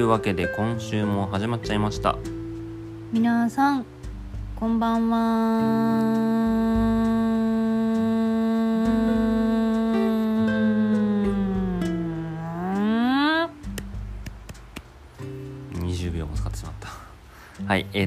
いうわけで今週も始まっちゃいました。 皆さんこんばんは。 20秒も使ってしまった。はい、ち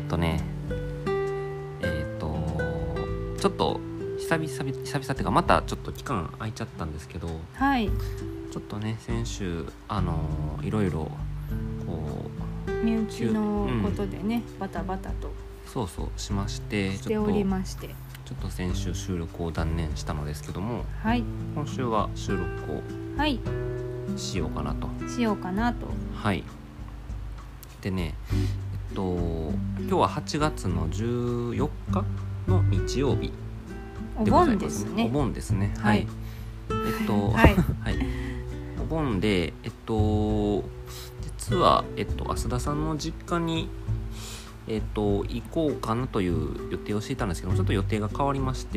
ょっと久々っていうかまたちょっと期間空いちゃったんですけど、 はい、 ちょっとね先週いろいろこう身内のことでね、バタバタとそうしましてしておりまして、 ちょっと先週収録を断念したのですけども、 はい、 今週は収録をしようかなと。はい。でね、今日は8月の14日の日曜日でございますね。お盆ですね。はい。はい、はい、お盆で実は浅田さんの実家に行こうかなという予定をしていたんですけども、ちょっと予定が変わりまして、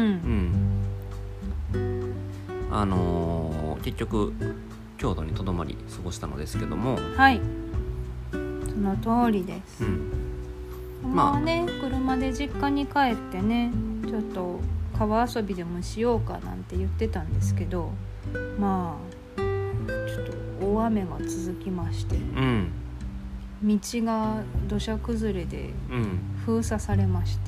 結局京都にとどまり過ごしたのですけども、 はい、その通りです。まあね、車で実家に帰ってね、ちょっと川遊びでもしようかなんて言ってたんですけど、まあちょっと大雨が続きまして、道が土砂崩れで封鎖されまして、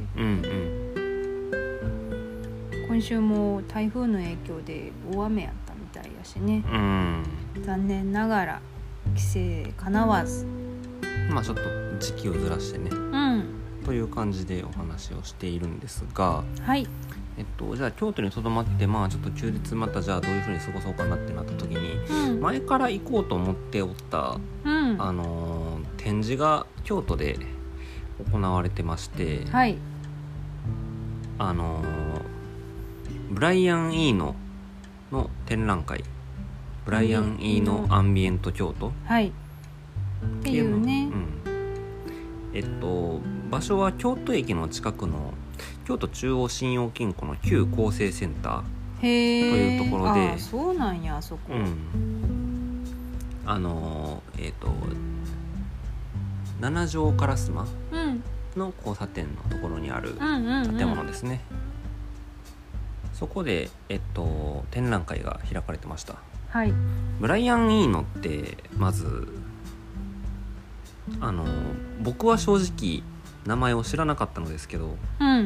今週も台風の影響で大雨やったみたいやしね、残念ながら帰省かなわず、 ちょっと時期をずらしてね、という感じでお話をしているんですが、 はい、 じゃあ京都にとどまって、ちょっと休日またじゃあどういう風に過ごそうかなってなった時に、前から行こうと思っておった、展示が京都で行われてまして、 はい、 ブライアン・イーノの展覧会、ブライアン・イーノアンビエント京都、 っていうね、 場所は京都駅の近くの京都中央信用金庫の旧厚生センターというところで、 あ、そうなんや、あそこ、 七条烏丸の交差点のところにある建物ですね。そこで、展覧会が開かれてました。 はい、 ブライアン・イーノってまず僕は正直名前を知らなかったのですけど、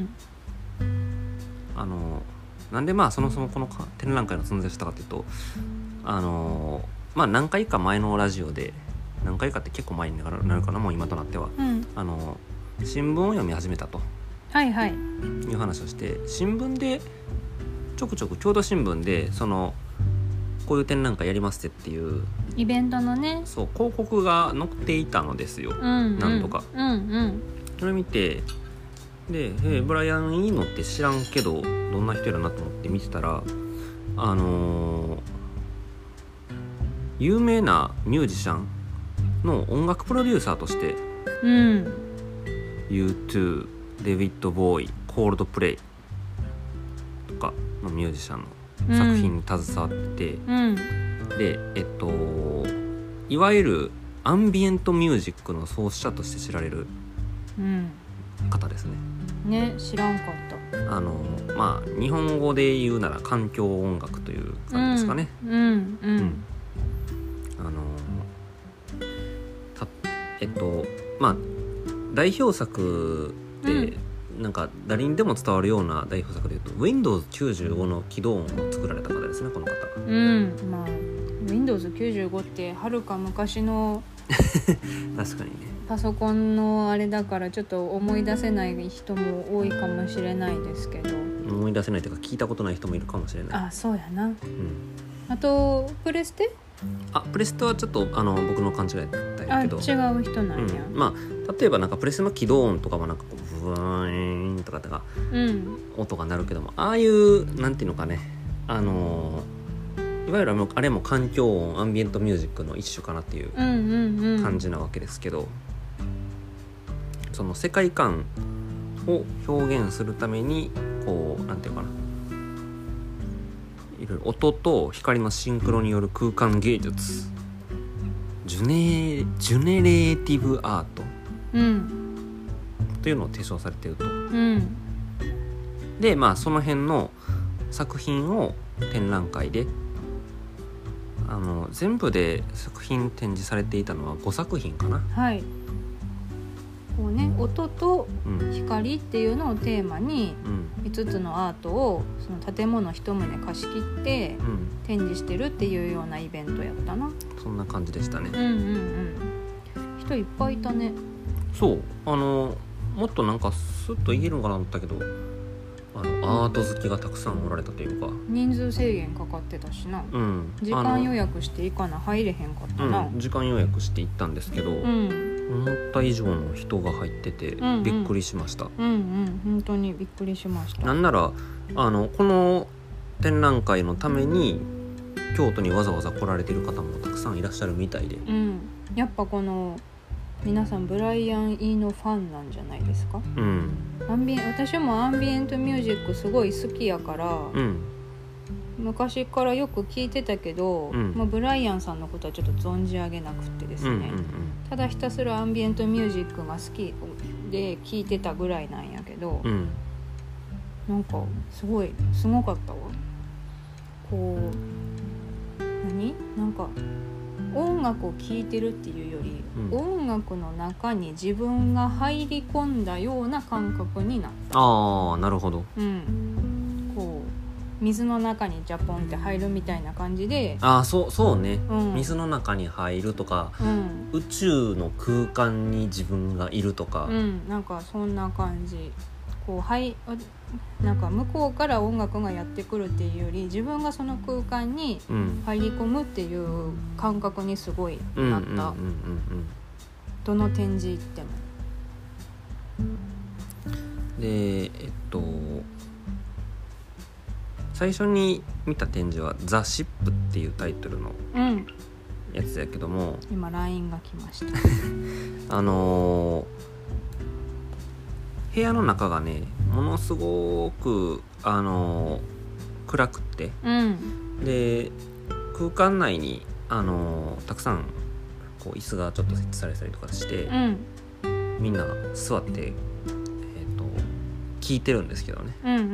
なんでそもそもこの展覧会の存在をしたかというと、何回か前のラジオで、何回かって結構前になるかな、もう今となっては、新聞を読み始めたという話をして、新聞でちょくちょく京都新聞でこういう展覧会やりますっていうイベントのね、 広告が載っていたのですよ、何度か、それ見て、で、ブライアン・イーノって知らんけどどんな人やろなと思って見てたら、有名なミュージシャンの音楽プロデューサーとして、U2、デビッド・ボーイ、コールドプレイとかのミュージシャンの作品に携わってて、で、いわゆるアンビエントミュージックの創始者として知られる方ですね。 知らんかった。 日本語で言うなら環境音楽という感じですかね。代表作で、なんか誰にでも伝わるような代表作でいうと Windows95 の起動音を作られた方ですね、この方。 Windows95 ってはるか昔の確かにね、 パソコンのあれだからちょっと思い出せない人も多いかもしれないですけど、 思い出せないというか聞いたことない人もいるかもしれない。 そうやな、あとプレステはちょっと僕の勘違いだったんやけど、 違う人なんや、 例えばなんかプレスの起動音とかはなんかこうブーンとか音が鳴るけども、ああいうなんていうのかね、いわゆるあれも環境音、アンビエントミュージックの一種かなっていう感じなわけですけど、その世界観を表現するためにこうなんていうかな、いろいろ音と光のシンクロによる空間芸術ジュネレーティブアート、というのを提唱されていると、でその辺の作品を展覧会で全部で作品展示されていたのは5作品かな。 はいこうね、音と光っていうのをテーマに5つのアートをその建物一棟貸し切って展示してるっていうようなイベントやったな。 そんな感じでしたね。 人いっぱいいたね。 そうもっとなんかスッと言えるのかなと思ったけどアート好きがたくさんおられたというか、 人数制限かかってたしな、時間予約していかな入れへんかったな、 時間予約して行ったんですけど、思った以上の人が入っててびっくりしました。 本当にびっくりしました。 なんならこの展覧会のために京都にわざわざ来られてる方もたくさんいらっしゃるみたいで、 やっぱこの皆さんブライアン・イーノファンなんじゃないですか。私もアンビエントミュージックすごい好きやから、昔からよく聞いてたけど、ブライアンさんのことはちょっと存じ上げなくてですね、ただひたすらアンビエントミュージックが好きで聞いてたぐらいなんやけど、なんかすごかったわ。こうなんか音楽を聴いてるっていうより、音楽の中に自分が入り込んだような感覚になった。 なるほど。 こう水の中にジャポンって入るみたいな感じで、 そうね、水の中に入るとか、宇宙の空間に自分がいるとか、 なんかそんな感じ。こうなんか向こうから音楽がやってくるっていうより、自分がその空間に入り込むっていう感覚にすごいなった。どの展示行っても。 で最初に見た展示はザ・シップっていうタイトルのやつやけども、 今 LINE が来ました部屋の中がねものすごく暗くて、で空間内にたくさんこう椅子がちょっと設置されたりとかして、みんな座って聞いてるんですけどね、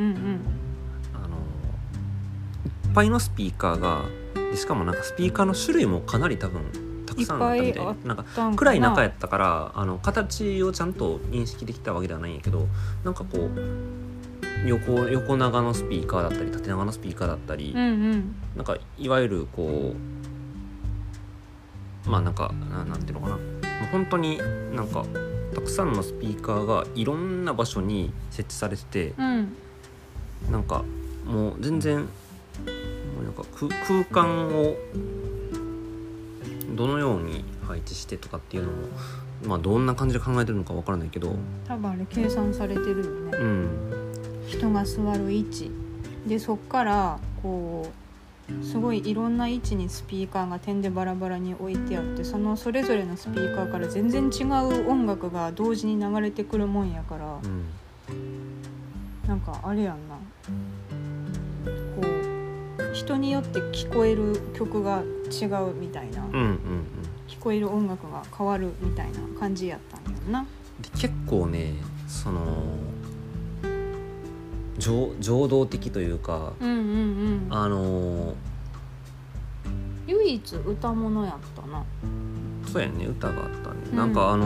いっぱいのスピーカーがで、しかもなんかスピーカーの種類もかなりたくさんあったみたい。なんか暗い中やったから形をちゃんと認識できたわけではないんやけど、なんかこう横長のスピーカーだったり縦長のスピーカーだったり、なんかいわゆるこうなんかなんていうのかな、本当になんかたくさんのスピーカーがいろんな場所に設置されてて、なんかもう全然なんか空間をどのように配置してとかっていうのも、どんな感じで考えてるのかわからないけど、 多分あれ計算されてるよね、人が座る位置で、そっからこうすごいいろんな位置にスピーカーが点でバラバラに置いてあって、それぞれのスピーカーから全然違う音楽が同時に流れてくるもんやから、なんかあれやんな、こう人によって聞こえる曲が違うみたいな、聞こえる音楽が変わるみたいな感じやったんやな。 で結構ね情動的というか、 唯一歌物やったな。 そうやね、歌があったね、なんか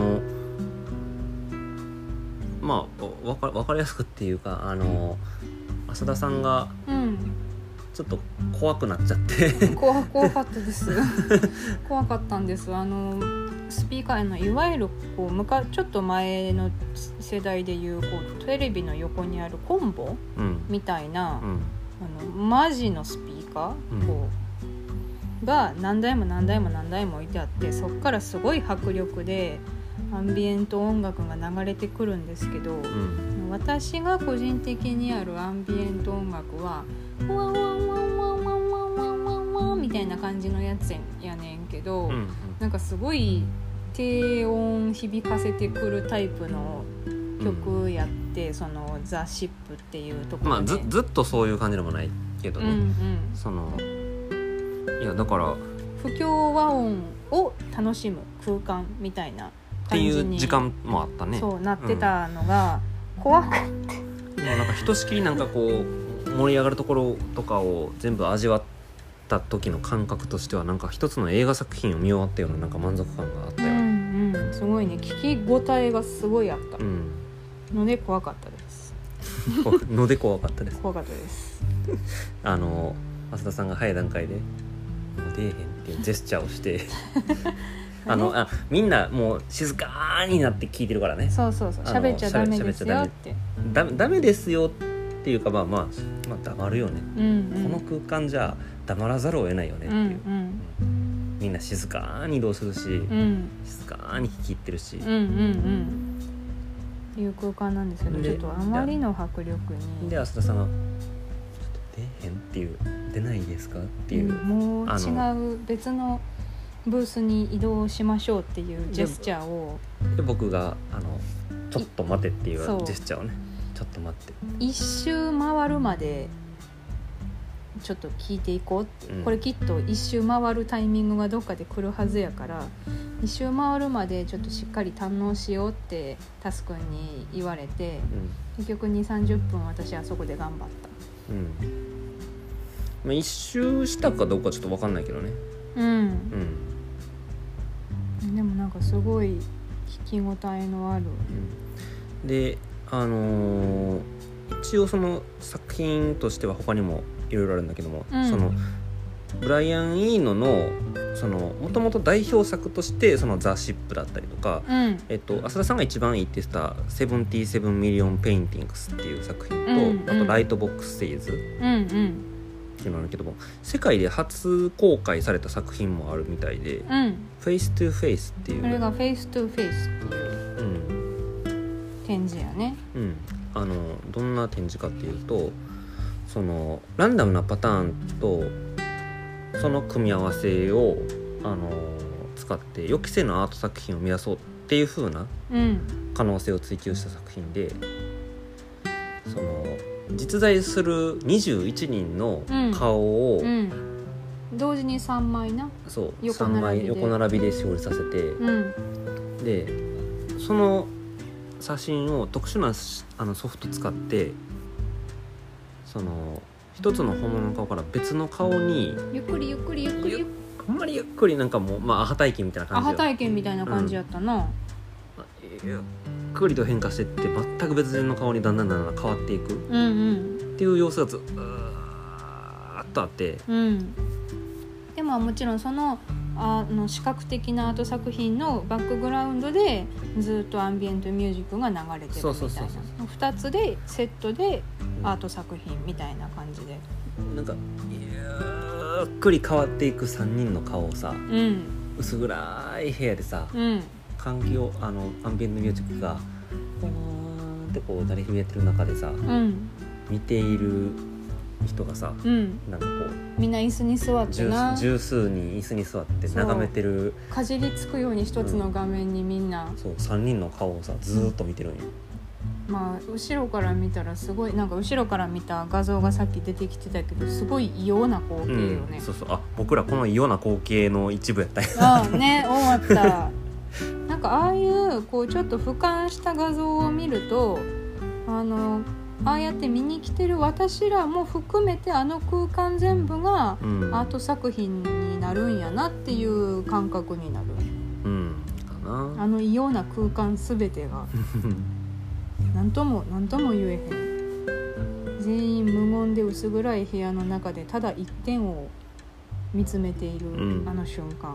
分かりやすくっていうか浅田さんがちょっと怖くなっちゃって怖かったです怖かったんです。スピーカーのいわゆるこうちょっと前の世代でいうこうテレビの横にあるコンボ、みたいな、マジのスピーカー、こうが何台も置いてあって、そっからすごい迫力でアンビエント音楽が流れてくるんですけど、私が個人的にあるアンビエント音楽はワンワンワンワンワンワンワンワンワンみたいな感じのやつやねんけど、なんかすごい低音響かせてくるタイプの曲やって、そのザ・シップっていうところで、 ずっとそういう感じでもないけどね、いやだから不協和音を楽しむ空間みたいな感じにっていう時間もあったね。 そうなってたのが怖くて、 もうなんかひとしきりなんかこう盛り上がるところとかを全部味わった時の感覚としてはなんか一つの映画作品を見終わったようななんか満足感があったよ、 すごいね、聞き応えがすごいあった、ので怖かったですので怖かったです怖かったです増田さんが早い段階でもう出えへんっていうジェスチャーをしてみんなもう静かになって聞いてるからね。 そう喋っちゃダメですよってダメですよっていうかまあ黙るよね、この空間じゃ黙らざるを得ないよねっていう、みんな静かに移動するし、静かに聞き入ってるし、 っていう空間なんですけど、ちょっとあまりの迫力にで増田さんがちょっと出へんっていう出ないですかっていう、 もう違う別のブースに移動しましょうっていうジェスチャーをで僕がちょっと待てっていうジェスチャーをね、ちょっと待って一周回るまでちょっと聞いていこうって、これきっと一周回るタイミングがどっかで来るはずやから一周回るまでちょっとしっかり堪能しようってタスくんに言われて、結局 2,30 分私はそこで頑張った、 一周したかどうかちょっと分かんないけどね。 でもなんかすごい聞き応えのある、 で一応その作品としては他にもいろいろあるんだけども、そのブライアン・イーノのもともと代表作としてそのザ・シップだったりとか、浅田さんが一番いいって言った77ミリオン・ペインティングスっていう作品と、あとライトボックス・セイズっていうのあるけども、世界で初公開された作品もあるみたいで、フェイストゥフェイスっていう、 あれがフェイストゥフェイスっていう展示やね。 どんな展示かっていうと、そのランダムなパターンとその組み合わせを、使って予期せぬアート作品を生み出そうっていう風な可能性を追求した作品で、その実在する21人の顔を、 同時に3枚な、 そう横並びで表示させて、でその写真を特殊なソフト使ってその一つの本物の顔から別の顔にゆっくりあんまりゆっくりなんかもうアハ体験みたいな感じ、 アハ体験みたいな感じやったな、 ゆっくりと変化していって全く別人の顔にだんだん変わっていくっていう様子がずっとあって、 でももちろんその視覚的なアート作品のバックグラウンドでずっとアンビエントミュージックが流れてるみたいな、2つでセットでアート作品みたいな感じで、 なんかゆっくり変わっていく3人の顔をさ、薄暗い部屋でさ、環境アンビエントミュージックがポーンってこう鳴り響いてる中でさ、見ている人がさ、なんかこうみんな椅子に座ってな、 十数人椅子に座って眺めてる、 かじりつくように一つの画面にみんな、 そう3人の顔をさずーっと見てるんよ、 まあ後ろから見たらすごいなんか後ろから見た画像がさっき出てきてたけどすごい異様な光景よね、 僕らこの異様な光景の一部やったよね、終わったなんかああいうこうちょっと俯瞰した画像を見るとああやって見に来てる私らも含めて空間全部がアート作品になるんやなっていう感覚になる、かな、異様な空間全てがなんとも言えへん、全員無言で薄暗い部屋の中でただ一点を見つめている、あの瞬間、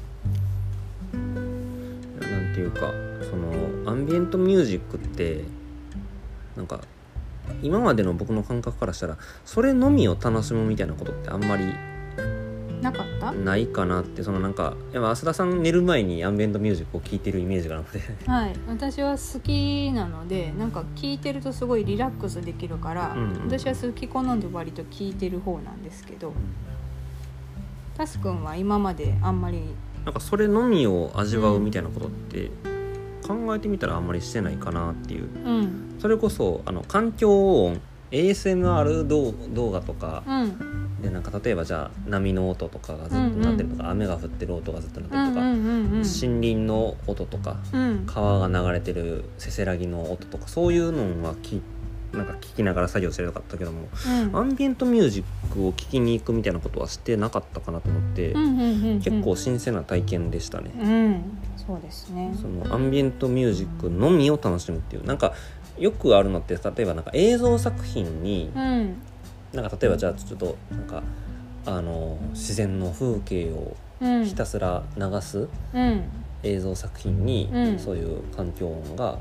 なんていうかそのアンビエントミュージックってなんか今までの僕の感覚からしたらそれのみを楽しむみたいなことってあんまりなかったないかなって、そのなんか浅田さん寝る前にアンビエントミュージックを聴いてるイメージがあるのではい、私は好きなのでなんか聴いてるとすごいリラックスできるから、私は好き好んで割と聴いてる方なんですけど、タスくんは今まであんまりなんかそれのみを味わうみたいなことって考えてみたらあんまりしてないかなっていう、それこそ環境音 ASMR 動画とか、でなんか例えばじゃあ波の音とかがずっと鳴ってるとか、雨が降ってる音がずっと鳴ってるとか、森林の音とか、川が流れてるせせらぎの音とか、そういうのはなんか聞きながら作業してるかったけども、アンビエントミュージックを聞きに行くみたいなことはしてなかったかなと思って、結構新鮮な体験でしたね。 そうですね。 そのアンビエントミュージックのみを楽しむっていう、なんかよくあるのって、例えばなんか映像作品に、なんか例えばじゃあちょっとなんか自然の風景をひたすら流す映像作品に、そういう環境音が、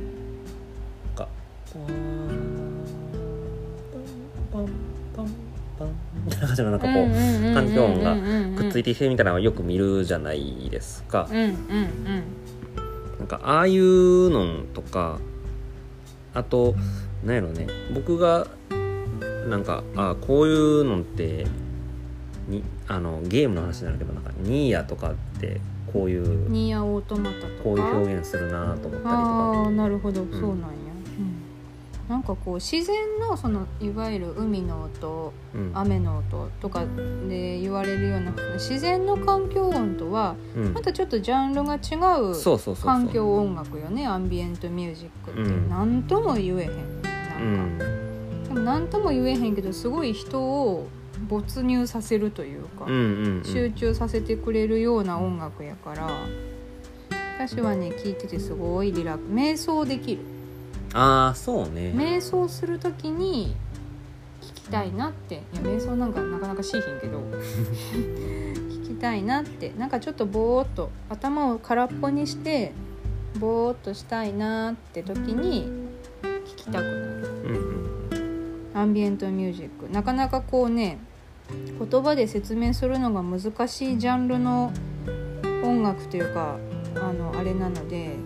みたいな感じのなんかこう環境音がくっついてきてみたいなのをよく見るじゃないですか。なんかああいうのとか、あとなんやろね、僕がなんかこういうのってゲームの話になるけど、なんかニーヤとかってこういうニーヤオートマタとかこういう表現するなと思ったりとか。 なるほど、そうなんや。なんかこう自然のそのいわゆる海の音、雨の音とかで言われるような自然の環境音とはまたちょっとジャンルが違う環境音楽よね、アンビエントミュージックって。何とも言えへん、でも何とも言えへんけど、すごい人を没入させるというか、集中させてくれるような音楽やから、私はね聴いててすごい瞑想できる。 そうね。 瞑想するときに聞きたいなって。いや瞑想なんかなかなかしいひんけど聞きたいなって、なんかちょっとぼーっと頭を空っぽにしてぼーっとしたいなって時に聞きたくなる、アンビエントミュージック。なかなかこうね、言葉で説明するのが難しいジャンルの音楽というかあれなので、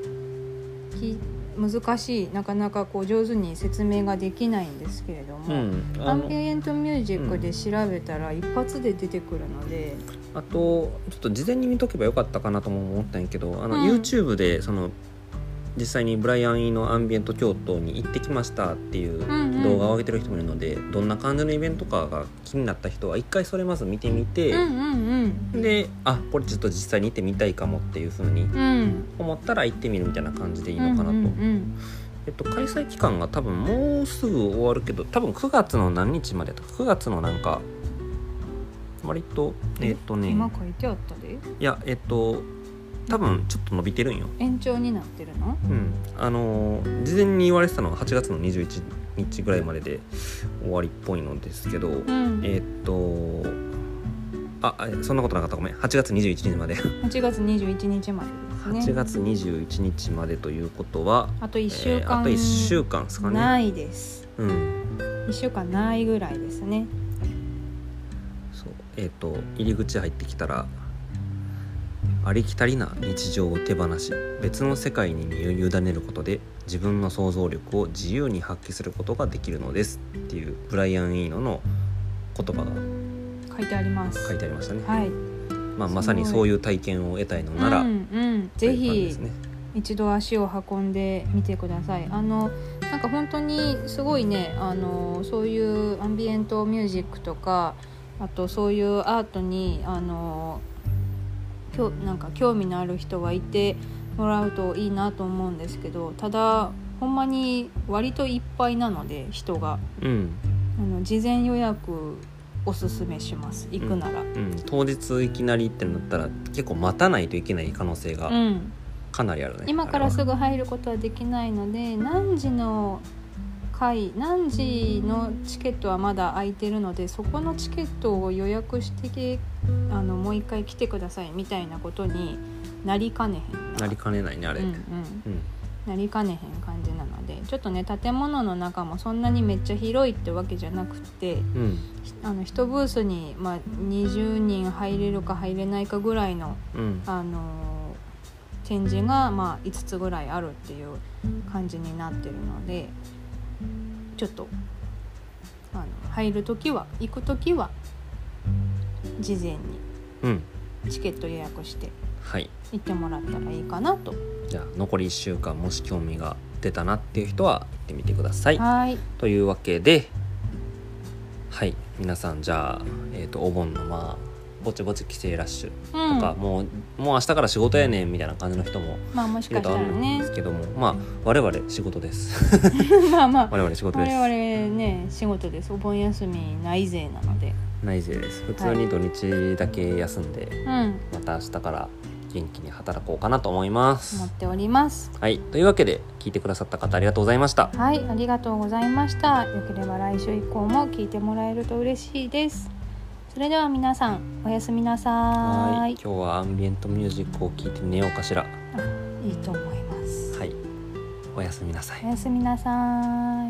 難しい、なかなかこう上手に説明ができないんですけれども、アンビエントミュージックで調べたら一発で出てくるので、 あとちょっと事前に見とけばよかったかなとも思ったんやけど、YouTube でその実際にブライアン・イーのアンビエント京都に行ってきましたっていう動画を上げてる人もいるので、どんな感じのイベントかが気になった人は一回それまず見てみて、でこれちょっと実際に行ってみたいかもっていう風に思ったら行ってみるみたいな感じでいいのかなと。開催期間が多分もうすぐ終わるけど、多分9月の何日までとか、9月のなんか割と今書いてあったで。 いや多分ちょっと伸びてるんよ。 延長になってるの？ 事前に言われてたのは8月の21日ぐらいまでで終わりっぽいのですけど、そんなことなかった、ごめん、8月21日まで 8月21日までですね。 8月21日までということはあと1週間、 あと1週間ですかね。 ないです、1週間ないぐらいですね。 そう、入り口入ってきたら、ありきたりな日常を手放し、別の世界に身を委ねることで自分の想像力を自由に発揮することができるのですっていうブライアン・イーノの言葉が書いてあります。 書いてありましたね。 はい。 まさにそういう体験を得たいのなら、 ぜひ一度足を運んでみてください。なんか本当にすごいね、そういうアンビエントミュージックとか、あとそういうアートになんか興味のある人はいてもらうといいなと思うんですけど、ただほんまに割といっぱいなので人が、事前予約おすすめします、行くなら、 当日いきなりってなったら結構待たないといけない可能性がかなりあるね、 今からすぐ入ることはできないので、何時のチケットはまだ空いてるので、そこのチケットを予約してもう一回来てくださいみたいなことになりかねへん。 なりかねないねあれ、 なりかねへん感じなので、ちょっとね建物の中もそんなにめっちゃ広いってわけじゃなくて、一ブースに、20人入れるか入れないかぐらいの、展示が5つぐらいあるっていう感じになってるので、ちょっと行くときは事前にチケット予約して行ってもらったらいいかなと。 じゃあ残り1週間もし興味がってたなっていう人は行ってみてください。 はいというわけで、はい皆さんじゃあ、お盆のぼちぼち帰省ラッシュとか、もう明日から仕事やねんみたいな感じの人ももしかしたらねですけども、我々仕事です我々仕事です。 我々ね仕事です。お盆休みないぜなので。 ないぜです。普通に土日だけ休んで、また明日から元気に働こうかなと思います。 思っております。 はい、というわけで聞いてくださった方ありがとうございました。 はい、ありがとうございました。よければ来週以降も聞いてもらえると嬉しいです。それでは皆さんおやすみなさい。 今日はアンビエントミュージックを聞いて寝ようかしら。 いいと思います。 はい、おやすみなさい。 おやすみなさい。